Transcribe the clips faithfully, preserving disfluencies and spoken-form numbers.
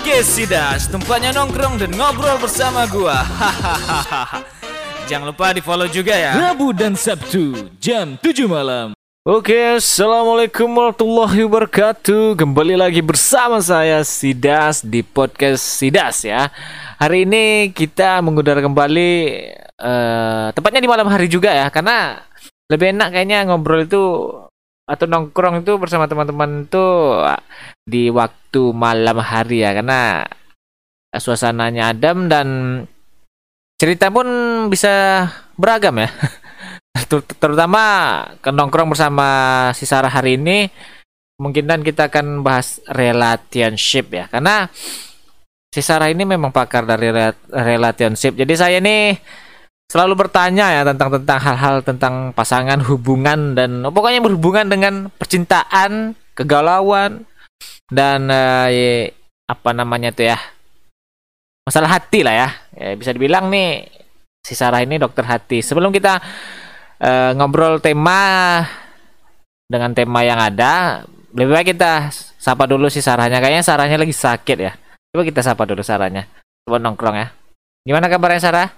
Podcast Sidas, tempatnya nongkrong dan ngobrol bersama gua. Hahaha. Jangan lupa di follow juga ya. Rabu dan Sabtu jam tujuh malam. Oke, assalamualaikum warahmatullahi wabarakatuh. Kembali lagi bersama saya Sidas di Podcast Sidas ya. Hari ini kita mengudara kembali, uh, tepatnya di malam hari juga ya, karena lebih enak kayaknya ngobrol itu atau nongkrong itu bersama teman-teman itu di waktu malam hari ya, karena suasananya adem dan cerita pun bisa beragam ya. Terutama ke nongkrong bersama si Sarah hari ini, kemungkinan kita akan bahas relationship ya, karena si Sarah ini memang pakar dari relationship. Jadi saya nih selalu bertanya ya tentang tentang hal-hal tentang pasangan, hubungan, dan pokoknya berhubungan dengan percintaan, kegalauan, dan uh, ya, apa namanya tuh ya, masalah hati lah ya. Ya bisa dibilang nih si Sarah ini dokter hati. Sebelum kita uh, ngobrol tema dengan tema yang ada, lebih baik kita sapa dulu si Sarahnya. Kayaknya Sarahnya lagi sakit ya. Coba kita sapa dulu Sarahnya. Coba nongkrong ya. Gimana kabarnya Sarah?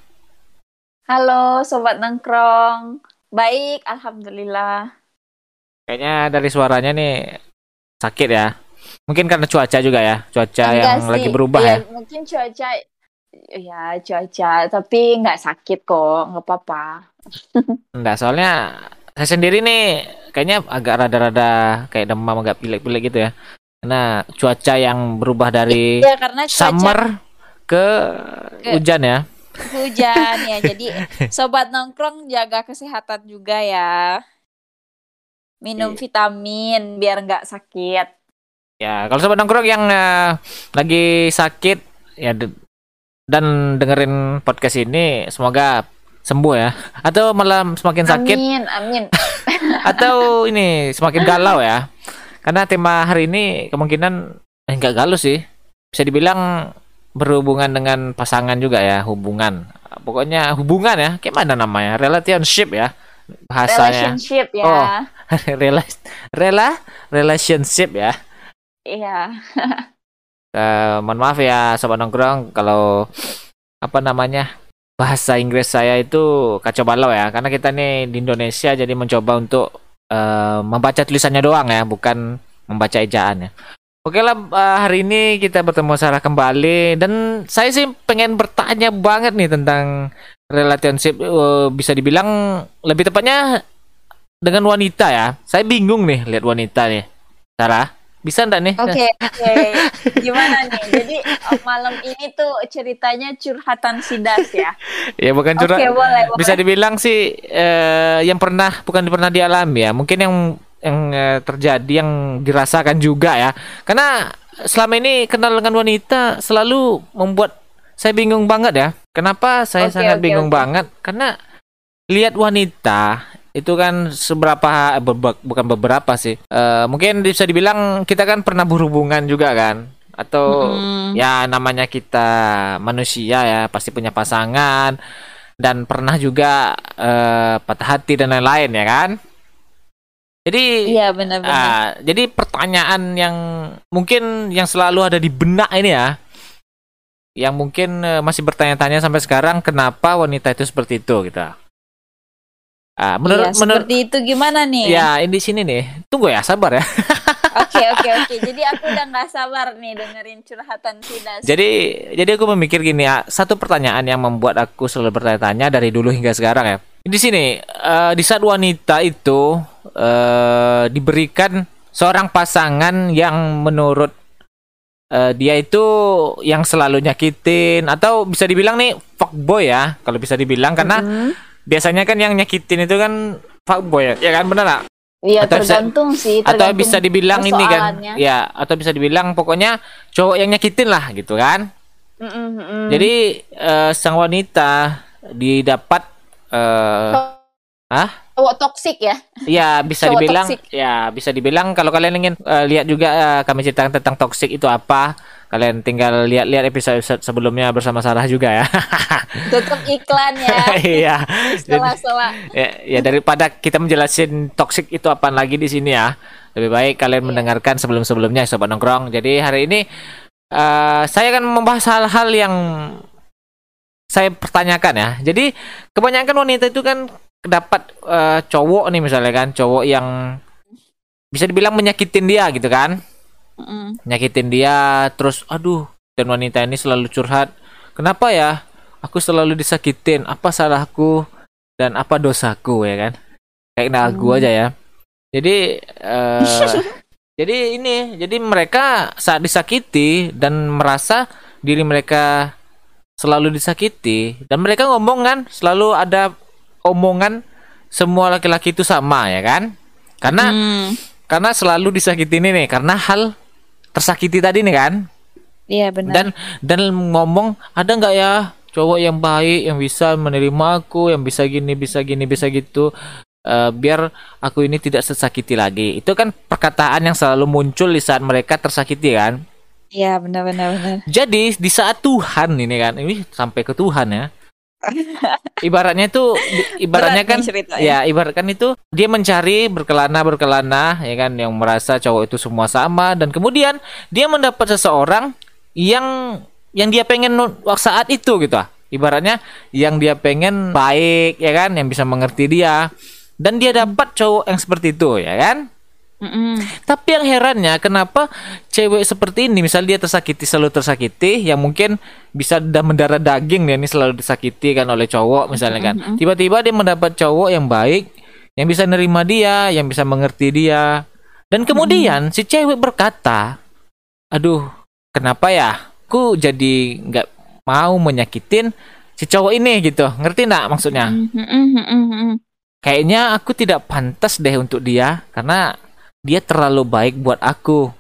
Halo Sobat Nongkrong. Baik, Alhamdulillah. Kayaknya dari suaranya nih sakit ya. Mungkin karena cuaca juga ya. Cuaca Enggak yang sih. lagi berubah ya, ya. Mungkin cuaca, ya cuaca. Tapi nggak sakit kok, nggak apa-apa. Enggak, soalnya saya sendiri nih kayaknya agak rada-rada kayak demam, agak pilek-pilek gitu ya. Karena cuaca yang berubah dari ya, karena cuaca summer ke, ke hujan ya. hujan ya. Jadi Sobat Nongkrong jaga kesehatan juga ya. Minum vitamin biar nggak sakit. Ya, kalau Sobat Nongkrong yang uh, lagi sakit ya de- dan dengerin podcast ini, semoga sembuh ya. Atau malah semakin sakit. Amin, amin. Atau ini semakin galau ya. Karena tema hari ini kemungkinan eh, nggak galau sih. Bisa dibilang berhubungan dengan pasangan juga ya, hubungan. Pokoknya hubungan ya, kayak mana namanya? Relationship ya bahasanya. Relationship ya. Oh, rela rela relationship ya. Iya. Uh, mohon maaf ya Sobat Nongkrong kalau apa namanya bahasa Inggris saya itu kacau balau ya, karena kita nih di Indonesia jadi mencoba untuk uh, membaca tulisannya doang ya, bukan membaca ejaan ya. Oke lah, uh, hari ini kita bertemu Sarah kembali dan saya sih pengen bertanya banget nih tentang relationship, uh, bisa dibilang lebih tepatnya dengan wanita ya. Saya bingung nih lihat wanita nih. Sarah, bisa enggak nih? Oke, okay, oke. Okay. Gimana nih? Jadi malam ini tuh ceritanya curhatan Sidas ya? Ya bukan curhat. Okay, boleh, boleh. Bisa dibilang sih eh, yang pernah bukan pernah dialami ya. Mungkin yang yang eh, terjadi, yang dirasakan juga ya. Karena selama ini kenal dengan wanita selalu membuat saya bingung banget ya. Kenapa saya okay, sangat okay, bingung okay. banget? Karena lihat wanita itu kan seberapa eh, be- bukan beberapa sih. Eh, mungkin bisa dibilang kita kan pernah berhubungan juga kan, atau mm-hmm. ya namanya kita manusia ya pasti punya pasangan dan pernah juga eh, patah hati dan lain-lain ya kan. Jadi iya benar-benar. Uh, jadi pertanyaan yang mungkin yang selalu ada di benak ini ya, yang mungkin uh, masih bertanya-tanya sampai sekarang, kenapa wanita itu seperti itu gitu. Uh, menurut iya, menurut seperti itu gimana nih? Ya, ini di sini nih. Tunggu ya, sabar ya. Oke, oke, oke. Jadi aku udah nggak sabar nih dengerin curhatan Sidas. Jadi, jadi aku memikir gini ya. Satu pertanyaan yang membuat aku selalu bertanya-tanya dari dulu hingga sekarang ya. Di sini, uh, di saat wanita itu uh, diberikan seorang pasangan yang menurut uh, dia itu yang selalu nyakitin, atau bisa dibilang nih fuckboy ya, kalau bisa dibilang, karena mm-hmm. biasanya kan yang nyakitin itu kan fuckboy ya, ya kan, benar nggak? Iya, atau tergantung bisa, sih. Tergantung atau bisa dibilang ini kan, ya, atau bisa dibilang pokoknya cowok yang nyakitin lah gitu kan. Mm-mm. Jadi uh, sang wanita didapat uh, ah cowok toksik ya? Ya bisa cowok dibilang, toxic. ya bisa dibilang kalau kalian ingin uh, lihat juga uh, kami ceritakan tentang toksik itu apa, kalian tinggal lihat-lihat episode sebelumnya bersama Sarah juga ya. Tutup iklan ya. Iya. Setelah-setelah. Ya, ya daripada kita menjelasin toksik itu apaan lagi di sini ya, lebih baik kalian Iya. mendengarkan sebelum-sebelumnya Sobat Nongkrong. Jadi hari ini uh, saya akan membahas hal-hal yang saya pertanyakan ya. Jadi kebanyakan wanita itu kan dapat uh, cowok nih misalnya kan, cowok yang bisa dibilang menyakitin dia gitu kan, Mm-mm. nyakitin dia terus, aduh, dan wanita ini selalu curhat, kenapa ya aku selalu disakitin, apa salahku dan apa dosaku ya kan, kayak lagu Hmm. aja ya. Jadi uh, jadi ini, jadi mereka saat disakiti dan merasa diri mereka selalu disakiti, dan mereka ngomong kan, selalu ada omongan semua laki-laki itu sama ya kan, karena Hmm. karena selalu disakiti ini nih, karena hal tersakiti tadi nih kan, Iya benar. dan dan ngomong ada nggak ya cowok yang baik yang bisa menerima aku, yang bisa gini bisa gini bisa gitu, eh, biar aku ini tidak tersakiti lagi. Itu kan perkataan yang selalu muncul di saat mereka tersakiti kan. Iya benar benar benar. Jadi di saat Tuhan ini kan, ini sampai ke Tuhan ya. Ibaratnya itu, ibaratnya Berat kan, nih ceritanya. ya ibaratkan itu dia mencari berkelana berkelana ya kan, yang merasa cowok itu semua sama, dan kemudian dia mendapat seseorang yang yang dia pengen nu- saat itu gitu ah. Ibaratnya yang dia pengen baik ya kan, yang bisa mengerti dia, dan dia dapat cowok yang seperti itu ya kan. Mm-mm. Tapi yang herannya, kenapa cewek seperti ini, misal dia tersakiti, selalu tersakiti, yang mungkin bisa udah mendarah daging dia ini selalu disakiti kan oleh cowok misalnya kan, Mm-mm. tiba-tiba dia mendapat cowok yang baik, yang bisa nerima dia, yang bisa mengerti dia, dan kemudian si cewek berkata, aduh, kenapa ya aku jadi nggak mau menyakitin si cowok ini gitu, ngerti nggak maksudnya? Mm-mm. Mm-mm. Kayaknya aku tidak pantas deh untuk dia, karena dia terlalu baik buat aku,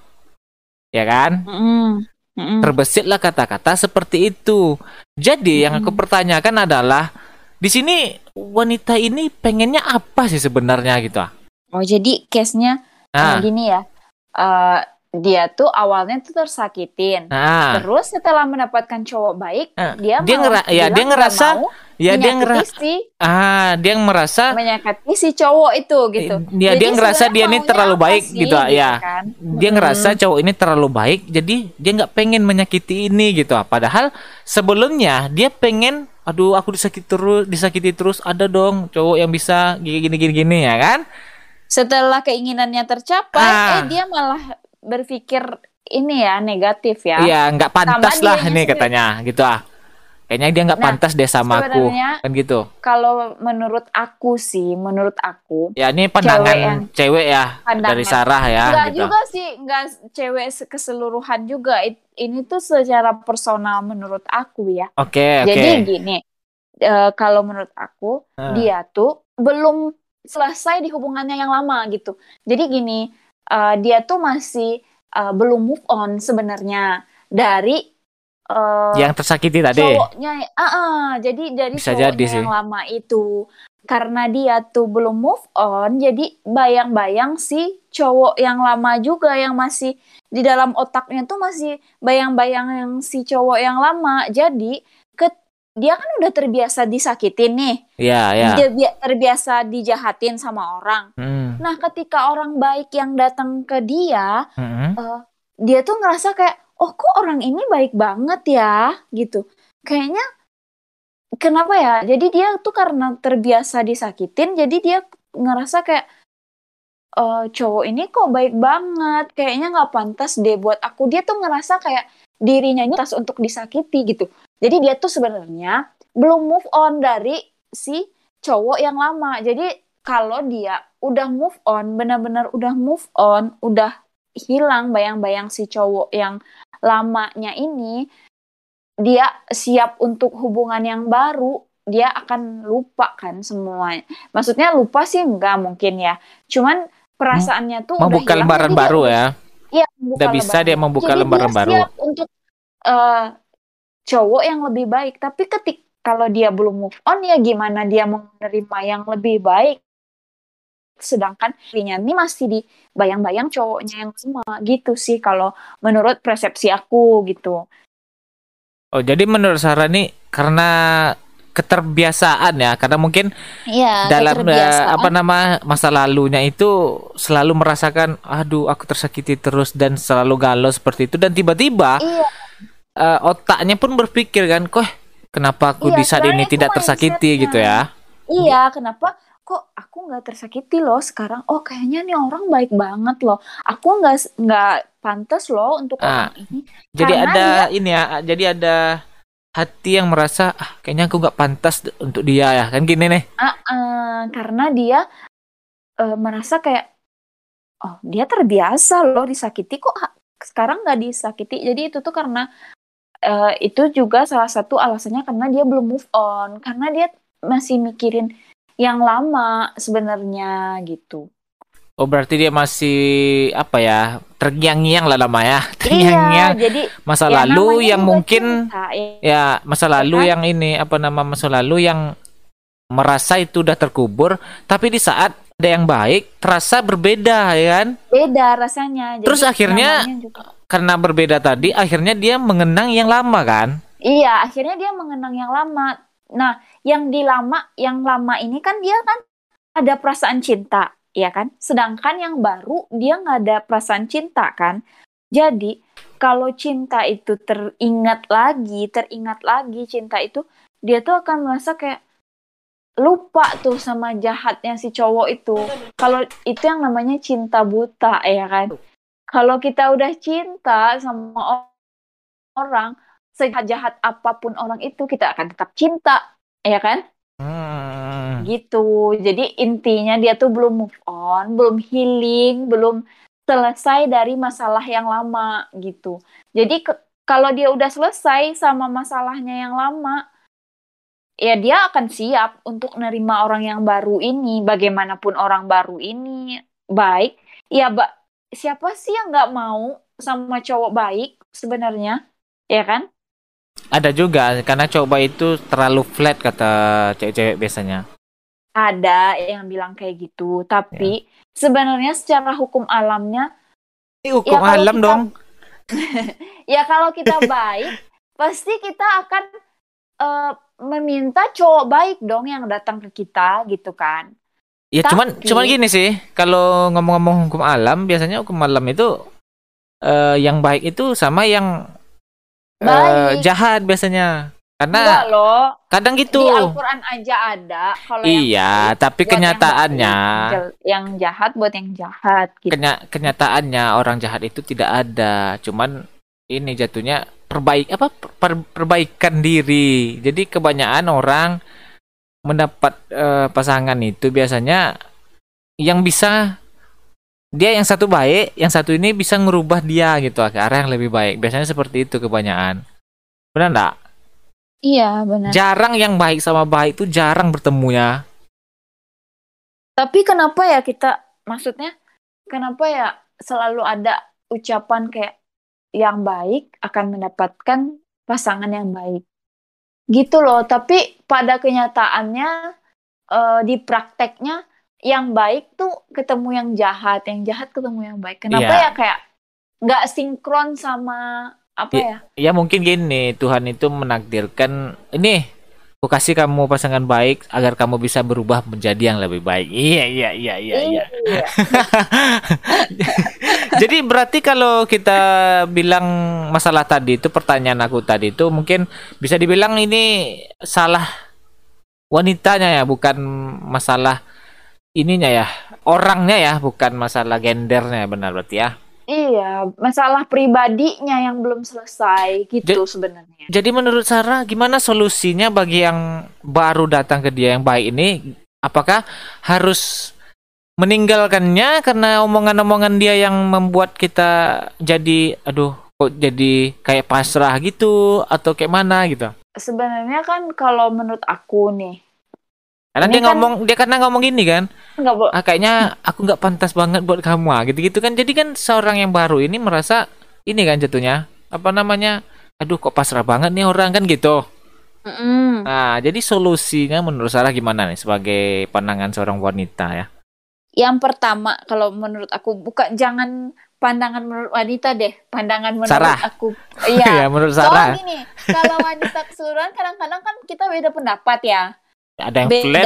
ya kan? Mm-mm. Mm-mm. Terbesitlah kata-kata seperti itu. Jadi yang aku Mm-mm. pertanyakan adalah, di sini wanita ini pengennya apa sih sebenarnya gitu ah? Oh jadi case-nya eh, Nah, gini ya. Eh, dia tuh awalnya tuh tersakitin. nah, Terus setelah mendapatkan cowok baik, nah. dia Dia malah ngera- ya bilang dia nggak ngerasa, mau ya dia ngera, menyakiti si ah dia merasa, menyakiti si cowok itu gitu. ya Jadi dia ngerasa sebenarnya dia ini maunya terlalu apa baik sih, gitu ah, ya. kan? Dia Mm-mm. ngerasa cowok ini terlalu baik, jadi dia nggak pengen menyakiti ini gitu ah. Padahal sebelumnya dia pengen, aduh aku disakiti terus, disakiti terus, ada dong cowok yang bisa gini gini gini, gini ya kan? Setelah keinginannya tercapai, Ah. eh dia malah berpikir ini ya negatif ya. Iya, nggak pantas Sama lah dianya ini sendiri. katanya gitu ah. Kayaknya dia nggak Nah, pantas deh sama aku, sebenarnya kan gitu. kalau menurut aku sih, menurut aku Ya ini pandangan yang- cewek ya pandangan. dari Sarah ya Enggak gitu. juga sih, enggak cewek se- keseluruhan juga. It- Ini tuh secara personal menurut aku ya. Oke, oke. Jadi gini, eh, kalau menurut aku Ah. dia tuh belum selesai di hubungannya yang lama gitu. Jadi gini, eh, dia tuh masih eh, belum move on sebenarnya dari eh, Yang tersakiti tadi. cowoknya. Ah, ah, jadi dari Bisa cowoknya jadi sih. yang lama itu. Karena dia tuh belum move on, jadi bayang-bayang si cowok yang lama juga yang masih di dalam otaknya tuh masih bayang-bayang yang si cowok yang lama. Jadi ke dia kan udah terbiasa disakitin nih. Iya, ya. Dia bi- terbiasa dijahatin sama orang. Hmm. Nah, ketika orang baik yang datang ke dia, Hmm. eh, dia tuh ngerasa kayak, oh kok orang ini baik banget ya, gitu. Kayaknya kenapa ya? Jadi dia tuh karena terbiasa disakitin, jadi dia ngerasa kayak, eh, cowok ini kok baik banget, kayaknya nggak pantas deh buat aku. Dia tuh ngerasa kayak dirinya ini pantas untuk disakiti gitu. Jadi dia tuh sebenarnya belum move on dari si cowok yang lama. Jadi kalau dia udah move on, benar-benar udah move on, udah hilang bayang-bayang si cowok yang lamanya ini, dia siap untuk hubungan yang baru, dia akan lupa kan semuanya. Maksudnya lupa sih enggak mungkin ya. Cuman perasaannya tuh udah Membuka hilang, lembaran jadi dia baru udah- ya. Iya, membuka Udah bisa lembaran dia baru. membuka Jadi lembaran dia baru. siap untuk eh, cowok yang lebih baik. Tapi ketika kalau dia belum move on, ya gimana dia mau menerima yang lebih baik? Sedangkan dirinya ini masih di bayang-bayang cowoknya yang sama gitu sih kalau menurut persepsi aku gitu. Oh, jadi menurut Sarah nih karena keterbiasaan ya, karena mungkin Iya, dalam eh, keterbiasaan. apa nama masa lalunya itu selalu merasakan, aduh aku tersakiti terus dan selalu galau seperti itu, dan tiba-tiba Iya. uh, otaknya pun berpikir kan, kok kenapa aku Iya, di saat ini sebenarnya itu tidak tersakiti mindsetnya. gitu ya. Iya, kenapa kok aku nggak tersakiti loh sekarang? Oh, kayaknya nih orang baik banget loh. Aku nggak nggak pantas loh untuk Ah, orang ini. jadi Karena ada dia, ini ya, jadi ada hati yang merasa ah, kayaknya aku nggak pantas d- untuk dia ya, kan gini nih. ah, ah, karena dia eh, merasa kayak, oh dia terbiasa loh disakiti kok ha- sekarang nggak disakiti. Jadi itu tuh karena eh, itu juga salah satu alasannya karena dia belum move on, karena dia masih mikirin yang lama sebenarnya gitu. Oh berarti dia masih apa ya, terngiang-ngiang lah lama ya, Iya, terngiang-ngiang jadi masa ya lalu namanya yang juga mungkin cinta ya, ya masa ya lalu kan? yang ini apa nama masa lalu yang merasa itu udah terkubur, tapi di saat ada yang baik terasa berbeda ya kan. Beda rasanya. Terus Jadi akhirnya namanya juga. karena berbeda tadi, akhirnya dia mengenang yang lama kan. Iya, akhirnya dia mengenang yang lama. Nah, yang di lama, yang lama ini kan dia kan ada perasaan cinta, ya kan? Sedangkan yang baru dia nggak ada perasaan cinta kan? Jadi kalau cinta itu teringat lagi, teringat lagi cinta itu, dia tuh akan merasa kayak lupa tuh sama jahatnya si cowok itu. Kalau itu yang namanya cinta buta, ya kan? Kalau kita udah cinta sama o- orang, sejahat apapun orang itu, kita akan tetap cinta, ya kan? Hmm. Gitu. Jadi intinya dia tuh belum move on, belum healing, belum selesai dari masalah yang lama gitu. Jadi ke- kalau dia udah selesai sama masalahnya yang lama, ya dia akan siap untuk nerima orang yang baru ini. Bagaimanapun orang baru ini baik, ya ba- siapa sih yang nggak mau sama cowok baik sebenarnya, ya kan? Ada juga karena coba itu terlalu flat kata cewek-cewek biasanya. Ada yang bilang kayak gitu, Ya. tapi sebenarnya secara hukum alamnya, Ini hukum ya kalau alam kita dong. ya kalau kita baik, pasti kita akan eh, meminta cowok baik dong yang datang ke kita gitu kan. Ya cuman Tapi cuman gini sih, kalau ngomong-ngomong hukum alam, biasanya hukum alam itu eh, yang baik itu sama yang eh, baik jahat biasanya. enggak Karena loh. kadang gitu. Di Al-Quran aja ada kalau yang Iya, baik tapi buat yang kenyataannya, baik, jel- yang jahat buat yang jahat gitu. kenya- kenyataannya orang jahat itu tidak ada. Cuman ini jatuhnya perbaik apa per- perbaikan diri. Jadi kebanyakan orang mendapat eh, pasangan itu biasanya yang bisa dia yang satu baik, yang satu ini bisa ngerubah dia gitu ke arah yang lebih baik. Biasanya seperti itu kebanyakan. Benar enggak? Iya benar. Jarang yang baik sama baik itu jarang bertemunya. Tapi kenapa ya kita, maksudnya kenapa ya selalu ada ucapan kayak yang baik akan mendapatkan pasangan yang baik gitu loh. Tapi pada kenyataannya eh, di prakteknya yang baik tuh ketemu yang jahat, yang jahat ketemu yang baik. Kenapa Iya. ya kayak nggak sinkron sama apa Ya, ya? ya mungkin gini, Tuhan itu menakdirkan ini, aku kasih kamu pasangan baik agar kamu bisa berubah menjadi yang lebih baik. Iya, iya, iya, iya, iya. Iya. Jadi berarti kalau kita bilang masalah tadi itu, pertanyaan aku tadi itu mungkin bisa dibilang ini salah wanitanya ya, bukan masalah ininya ya, orangnya ya, bukan masalah gendernya, benar berarti ya. Iya, masalah pribadinya yang belum selesai gitu Ja- sebenarnya. Jadi menurut Sarah gimana solusinya bagi yang baru datang ke dia yang baik ini? Apakah harus meninggalkannya karena omongan-omongan dia yang membuat kita jadi aduh kok jadi kayak pasrah gitu atau kayak mana gitu? Sebenarnya kan kalau menurut aku nih, Karena ini dia kan ngomong dia karena ngomong gini kan, nggak boleh. ah kayaknya aku nggak pantas banget buat kamu ah, gitu-gitu kan. Jadi kan seorang yang baru ini merasa ini kan jatuhnya apa namanya? Aduh kok pasrah banget nih orang kan gitu. Nah, jadi solusinya menurut Sarah gimana nih sebagai pandangan seorang wanita ya? Yang pertama, kalau menurut aku, bukan jangan pandangan menurut wanita deh, pandangan menurut Sarah. aku. Ya, Iya. menurut Soalnya Sarah gini, kalau wanita keseluruhan kadang-kadang kan kita beda pendapat ya. ada yang Beda. flat,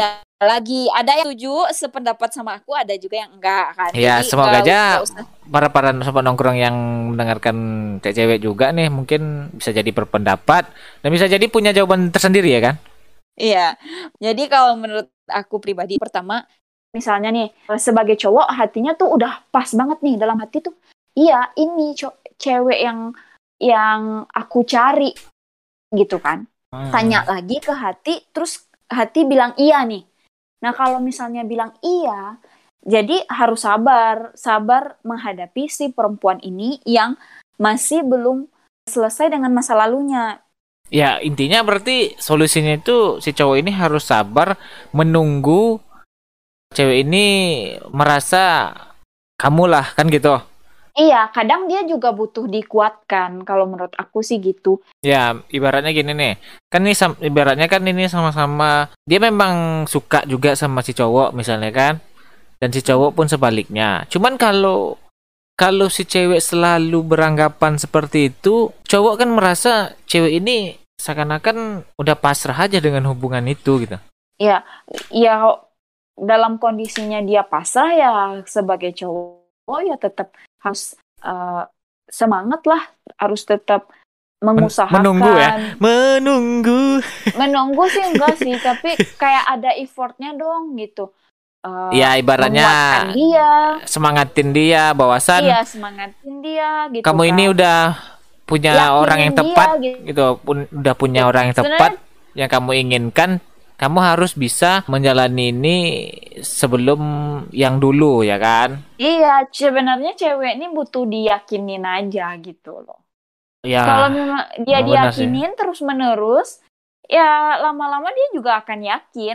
lagi ada yang setuju sependapat sama aku, ada juga yang enggak kan. Ya, Jadi semoga nggak aja nggak usah. para para sobat nongkrong yang mendengarkan cewek juga nih mungkin bisa jadi berpendapat dan bisa jadi punya jawaban tersendiri ya kan? Iya. Jadi kalau menurut aku pribadi, pertama, misalnya nih sebagai cowok hatinya tuh udah pas banget nih dalam hati tuh. Iya, ini co- cewek yang yang aku cari gitu kan. Tanya Hmm. lagi ke hati, terus hati bilang iya nih. Nah, kalau misalnya bilang iya, jadi harus sabar, sabar menghadapi si perempuan ini yang masih belum selesai dengan masa lalunya. Ya, intinya berarti solusinya itu si cowok ini harus sabar menunggu cewek ini merasa kamu lah kan gitu. Iya, kadang dia juga butuh dikuatkan. Kalau menurut aku sih gitu. Ya, ibaratnya gini nih. Kan ini sam- ibaratnya kan ini sama-sama dia memang suka juga sama si cowok misalnya kan. Dan si cowok pun sebaliknya. Cuman kalau kalau si cewek selalu beranggapan seperti itu, cowok kan merasa cewek ini seakan-akan udah pasrah aja dengan hubungan itu gitu. Ya, ya dalam kondisinya dia pasrah ya sebagai cowok ya tetap harus eh, semangat lah, harus tetap Men- menunggu ya, mengusahakan. menunggu. Menunggu sih enggak sih, tapi kayak ada effortnya dong gitu. Eh, Ya ibaratnya menguatkan dia, semangatin dia bahwasan iya semangatin dia gitu kamu ini kan. udah punya orang yang Yakinin dia tepat gitu. gitu, pun udah punya orang yang tepat Sebenarnya yang kamu inginkan. Kamu harus bisa menjalani ini sebelum yang dulu ya kan? iya, sebenarnya cewek ini butuh diyakinin aja gitu loh. Kalau Ya, memang dia memang benar sih. diyakinin terus-menerus, ya lama-lama dia juga akan yakin.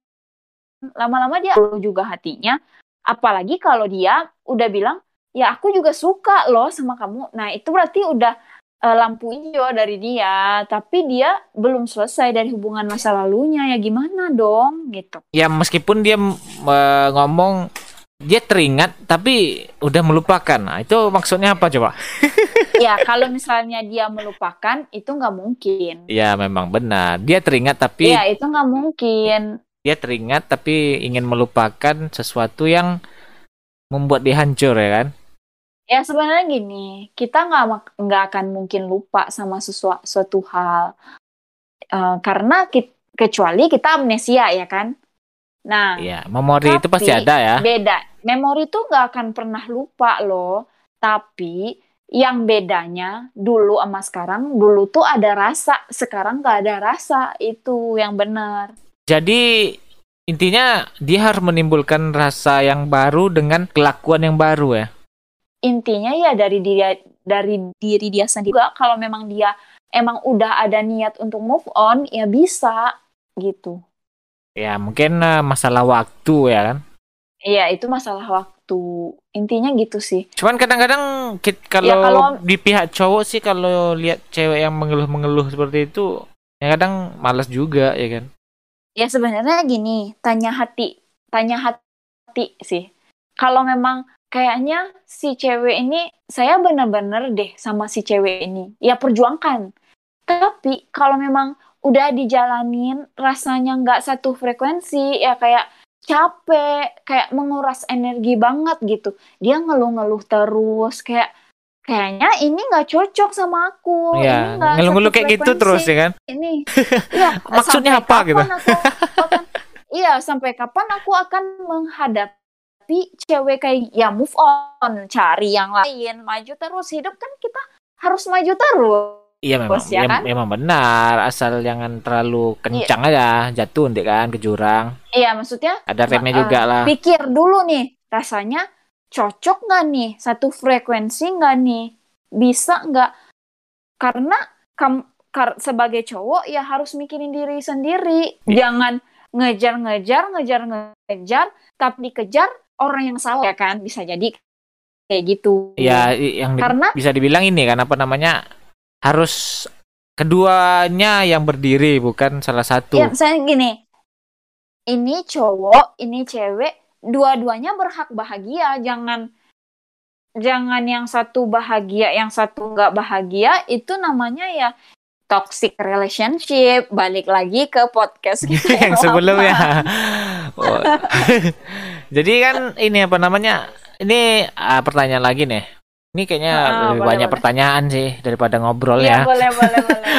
Lama-lama dia juga hatinya. Apalagi kalau dia udah bilang, ya aku juga suka loh sama kamu. Nah itu berarti udah eh, lampu hijau dari dia. Tapi dia belum selesai dari hubungan masa lalunya. Ya gimana dong gitu. Ya meskipun dia eh, ngomong dia teringat tapi udah melupakan. Nah, itu maksudnya apa coba? Ya kalau misalnya dia melupakan, itu nggak mungkin. Ya memang benar. Dia teringat tapi Ya itu nggak mungkin. dia teringat tapi ingin melupakan sesuatu yang membuat dia hancur ya kan? Ya sebenarnya gini, kita nggak mak- nggak akan mungkin lupa sama sesuatu suatu hal. Eh, karena ki- kecuali kita amnesia ya kan. Nah, Ya, memori itu pasti tapi ada ya. beda. Memori itu nggak akan pernah lupa loh. Tapi yang bedanya dulu sama sekarang, dulu tuh ada rasa, sekarang nggak ada rasa. Itu yang benar. Jadi intinya dia harus menimbulkan rasa yang baru dengan kelakuan yang baru ya. Intinya ya dari diri dari diri dia sendiri juga. Kalau memang dia emang udah ada niat untuk move on, ya bisa gitu. Ya mungkin eh, masalah waktu ya kan. Iya, itu masalah waktu. Intinya gitu sih. Cuman kadang-kadang kit- Ya kalau kalau di pihak cowok sih kalau lihat cewek yang mengeluh-mengeluh seperti itu, ya kadang malas juga ya kan. ya sebenarnya gini, tanya hati, tanya hati sih. Kalau memang kayaknya si cewek ini saya bener-bener deh sama si cewek ini, ya perjuangkan. Tapi kalau memang udah dijalanin rasanya nggak satu frekuensi, ya kayak capek, kayak menguras energi banget gitu. Dia ngeluh-ngeluh terus, kayak kayaknya ini nggak cocok sama aku, ini Ya, nggak satu ngeluh-ngeluh kayak gitu terus frekuensi. ya kan. Ini, iya, Maksudnya sampai apa gitu? kapan aku akan, iya, sampai kapan aku akan menghadapi cewek kayak ya move on, cari yang lain, maju terus. Hidup kan kita harus maju terus. Iya memang, Ya ya, kan? memang benar. Asal jangan terlalu kencang aja, jatuh nanti kan ke jurang. Iya, maksudnya Ada remnya eh, juga lah. pikir dulu nih, rasanya cocok nggak nih, satu frekuensi nggak nih, bisa nggak? Karena kam, kar- sebagai cowok ya harus mikirin diri sendiri, Iya. jangan ngejar-ngejar, ngejar-ngejar, tapi dikejar orang yang salah ya kan, bisa jadi kayak gitu. Ya i- yang di- Karena bisa dibilang ini kan apa namanya harus keduanya yang berdiri bukan salah satu. ya misalnya gini, ini cowok, ini cewek, dua-duanya berhak bahagia, jangan jangan yang satu bahagia, yang satu nggak bahagia, itu namanya ya toxic relationship, balik lagi ke podcast kita yang sebelumnya. Oh. Jadi kan ini apa namanya? Ini uh, pertanyaan lagi nih. Ini kayaknya Ah, lebih boleh, banyak boleh. pertanyaan sih daripada ngobrol Iya, ya. boleh, boleh, boleh.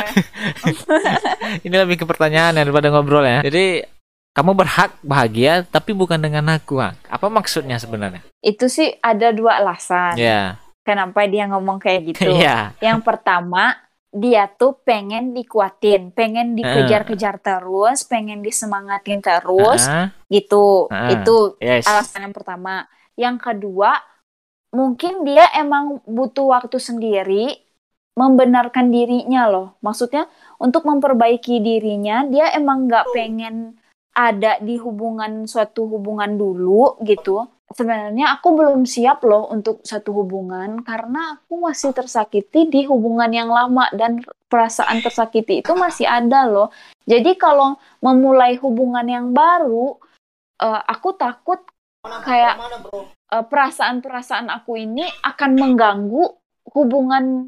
Ini lebih ke pertanyaan daripada ngobrol ya. Jadi kamu berhak bahagia tapi bukan dengan aku. Ah. Apa maksudnya sebenarnya? Itu sih ada dua alasan. Ya. Kenapa dia ngomong kayak gitu? Iya. Yang pertama, dia tuh pengen dikuatin, pengen dikejar-kejar terus, pengen disemangatin terus, Ah, gitu. ah. Itu Yes. alasan yang pertama. Yang kedua, mungkin dia emang butuh waktu sendiri membenarkan dirinya loh. Maksudnya untuk memperbaiki dirinya, dia emang nggak pengen ada di hubungan suatu hubungan dulu gitu. Sebenarnya aku belum siap loh untuk satu hubungan karena aku masih tersakiti di hubungan yang lama dan perasaan tersakiti itu masih ada loh. Jadi kalau memulai hubungan yang baru, eh, aku takut kayak eh, perasaan-perasaan aku ini akan mengganggu hubungan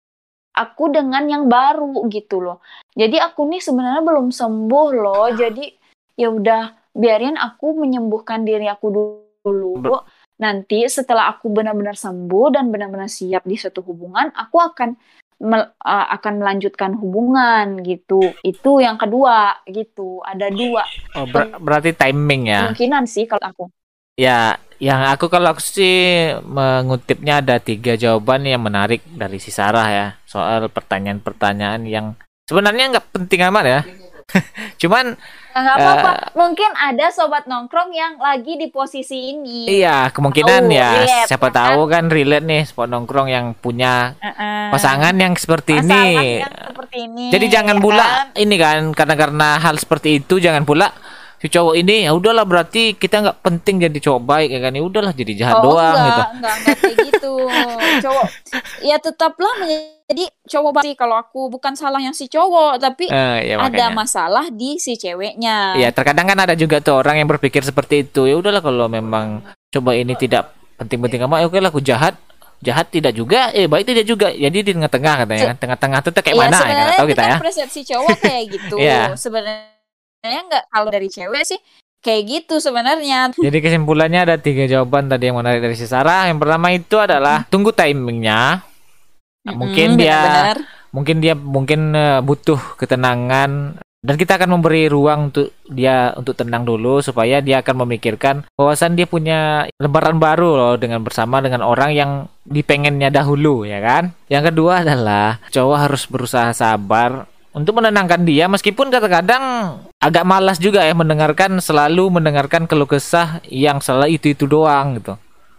aku dengan yang baru gitu loh. Jadi aku nih sebenarnya belum sembuh loh. Jadi ya udah biarin aku menyembuhkan diri aku dulu. Ber- Nanti setelah aku benar-benar sembuh dan benar-benar siap di suatu hubungan, aku akan mel- uh, akan melanjutkan hubungan gitu. Itu yang kedua gitu. Ada dua Oh, ber- berarti timing ya. kemungkinan sih kalau aku. Ya, yang aku kalau aku sih mengutipnya ada tiga jawaban yang menarik dari si Sarah ya soal pertanyaan-pertanyaan yang sebenarnya nggak penting amat ya. Cuman Nggak apa-apa. Mungkin ada sobat nongkrong yang lagi di posisi ini. iya kemungkinan Tahu, ya relate, siapa ya kan? tahu kan relate nih spot nongkrong yang punya Uh-uh. pasangan yang seperti Pasangan ini. yang seperti ini. Jadi jangan ya pula kan? ini kan karena karena hal seperti itu jangan pula si cowok ini ya udahlah berarti kita nggak penting jadi cowok baik ya kan ya udahlah jadi jahat Oh, doang enggak, gitu. enggak, enggak kayak gitu. Cowok ya tetaplah menjadi cowok baik. Kalau aku bukan salahnya si cowok, tapi Eh, ya ada makanya. masalah di si ceweknya. Iya, terkadang kan ada juga tuh orang yang berpikir seperti itu. Ya udahlah kalau memang coba ini tidak penting-penting amat, ya oke lah aku jahat. Jahat tidak juga, eh baik tidak juga. Jadi di tengah-tengah katanya kan. Tengah-tengah tuh kayak Iya, mana ya? sebenarnya Nggak tahu itu kita kan ya. persepsi cowok kayak gitu. Iya. Sebenarnya enggak, kalau dari cewek sih kayak gitu sebenarnya. Jadi kesimpulannya ada tiga jawaban tadi yang menarik dari si Sarah. Yang pertama itu adalah tunggu timingnya. Mungkin Mm-mm, dia benar-benar. mungkin dia mungkin eh, butuh ketenangan dan kita akan memberi ruang untuk dia untuk tenang dulu supaya dia akan memikirkan bahwasan dia punya lembaran baru loh dengan bersama dengan orang yang dipengennya dahulu ya kan. Yang kedua adalah cowok harus berusaha sabar untuk menenangkan dia meskipun kadang-kadang agak malas juga ya mendengarkan selalu mendengarkan keluh kesah yang selalu itu-itu doang gitu.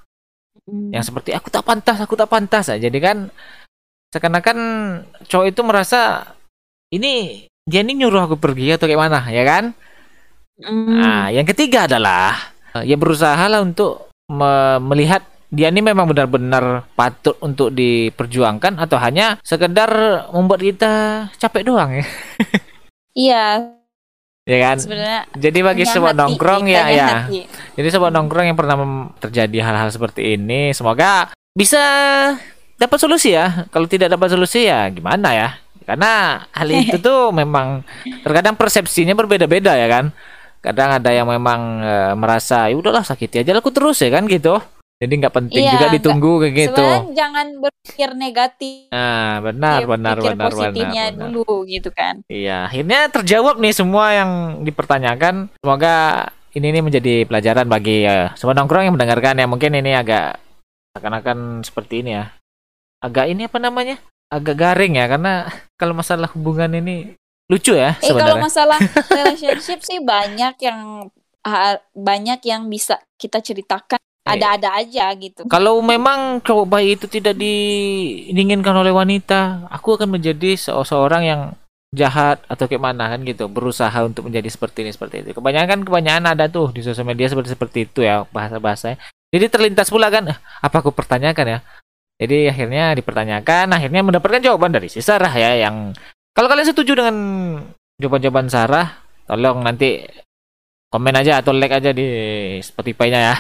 Mm. Yang seperti aku tak pantas, aku tak pantas. Nah, jadi kan seakan-akan cowok itu merasa ini dia ini nyuruh aku pergi atau kayak mana, ya kan? Mm. Nah, yang ketiga adalah eh, ya berusaha lah untuk me- melihat dia ini memang benar-benar patut untuk diperjuangkan atau hanya sekedar membuat kita capek doang ya. Iya, Ya kan? sebenarnya Jadi bagi sobat menyakiti, nongkrong kita ya ya. nyakiti. Jadi sobat nongkrong yang pernah mem- terjadi hal-hal seperti ini, semoga bisa dapat solusi ya. Kalau tidak dapat solusi ya gimana ya? Karena hal itu tuh memang terkadang persepsinya berbeda-beda ya kan. Kadang ada yang memang eh, merasa ya udahlah sakiti aja lah aku terus ya kan gitu. Jadi nggak penting Iya, juga ditunggu kayak gitu. Sebenarnya jangan berpikir negatif. Nah, benar Ya, benar pikir benar positifnya benar. benar. dulu gitu kan. Iya, akhirnya terjawab nih semua yang dipertanyakan. Semoga ini nih menjadi pelajaran bagi eh, sobat nongkrong yang mendengarkan ya. Mungkin ini agak seakan-akan seperti ini ya. Agak ini apa namanya? Agak garing ya karena kalau masalah hubungan ini lucu ya Eh kalau sebenarnya. masalah relationship sih banyak yang ah, banyak yang bisa kita ceritakan. Ada-ada aja gitu. Kalau memang cowok baik itu tidak diinginkan oleh wanita, aku akan menjadi se- seorang yang jahat atau kayak mana kan gitu, berusaha untuk menjadi seperti ini seperti itu. Kebanyakan kebanyakan ada tuh di sosial media seperti seperti itu ya bahasa-bahasanya. Jadi terlintas pula kan, "Eh, apa aku pertanyakan ya?" Jadi akhirnya dipertanyakan, akhirnya mendapatkan jawaban dari si Sarah ya yang kalau kalian setuju dengan jawaban-jawaban Sarah, tolong nanti komen aja atau like aja di Spotify-nya ya.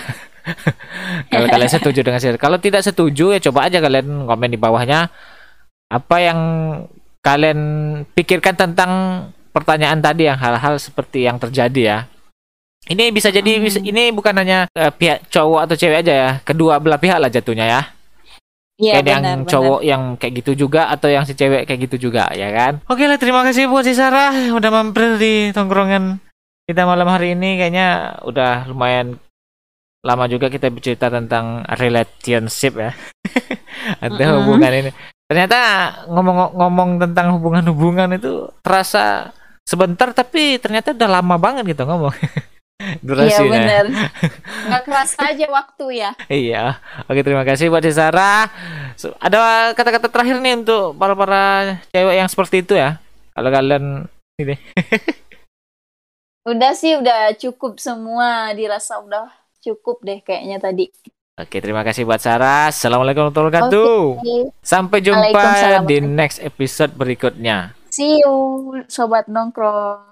Kalau kalian setuju dengan Sarah. Kalau tidak setuju ya coba aja kalian komen di bawahnya apa yang kalian pikirkan tentang pertanyaan tadi yang hal-hal seperti yang terjadi ya. Ini bisa jadi Hmm. bisa- ini bukan hanya eh, pihak cowok atau cewek aja ya, kedua belah pihak lah jatuhnya ya. Iya, Kayak yang benar, benar. cowok yang kayak gitu juga atau yang si cewek kayak gitu juga ya kan. Oke lah, terima kasih buat si Sarah udah mampir di tongkrongan kita malam hari ini. Kayaknya udah lumayan lama juga kita bercerita tentang relationship ya. Atau Mm-mm. hubungan ini. Ternyata ngomong-ngomong tentang hubungan-hubungan itu terasa sebentar tapi ternyata udah lama banget gitu ngomong. Iya, Durasinya. benar. Nggak kerasa aja waktu ya. Iya. Oke, terima kasih buat si Sarah. So, ada kata-kata terakhir nih untuk para-para cewek yang seperti itu ya. Kalau kalian ini. Udah sih, udah cukup semua. Dirasa udah cukup deh kayaknya tadi. Oke, terima kasih buat Sarah. Assalamualaikum warahmatullahi wabarakatuh. Oke. Sampai jumpa Waalaikumsalam. di next episode berikutnya. See you, Sobat Nongkrong.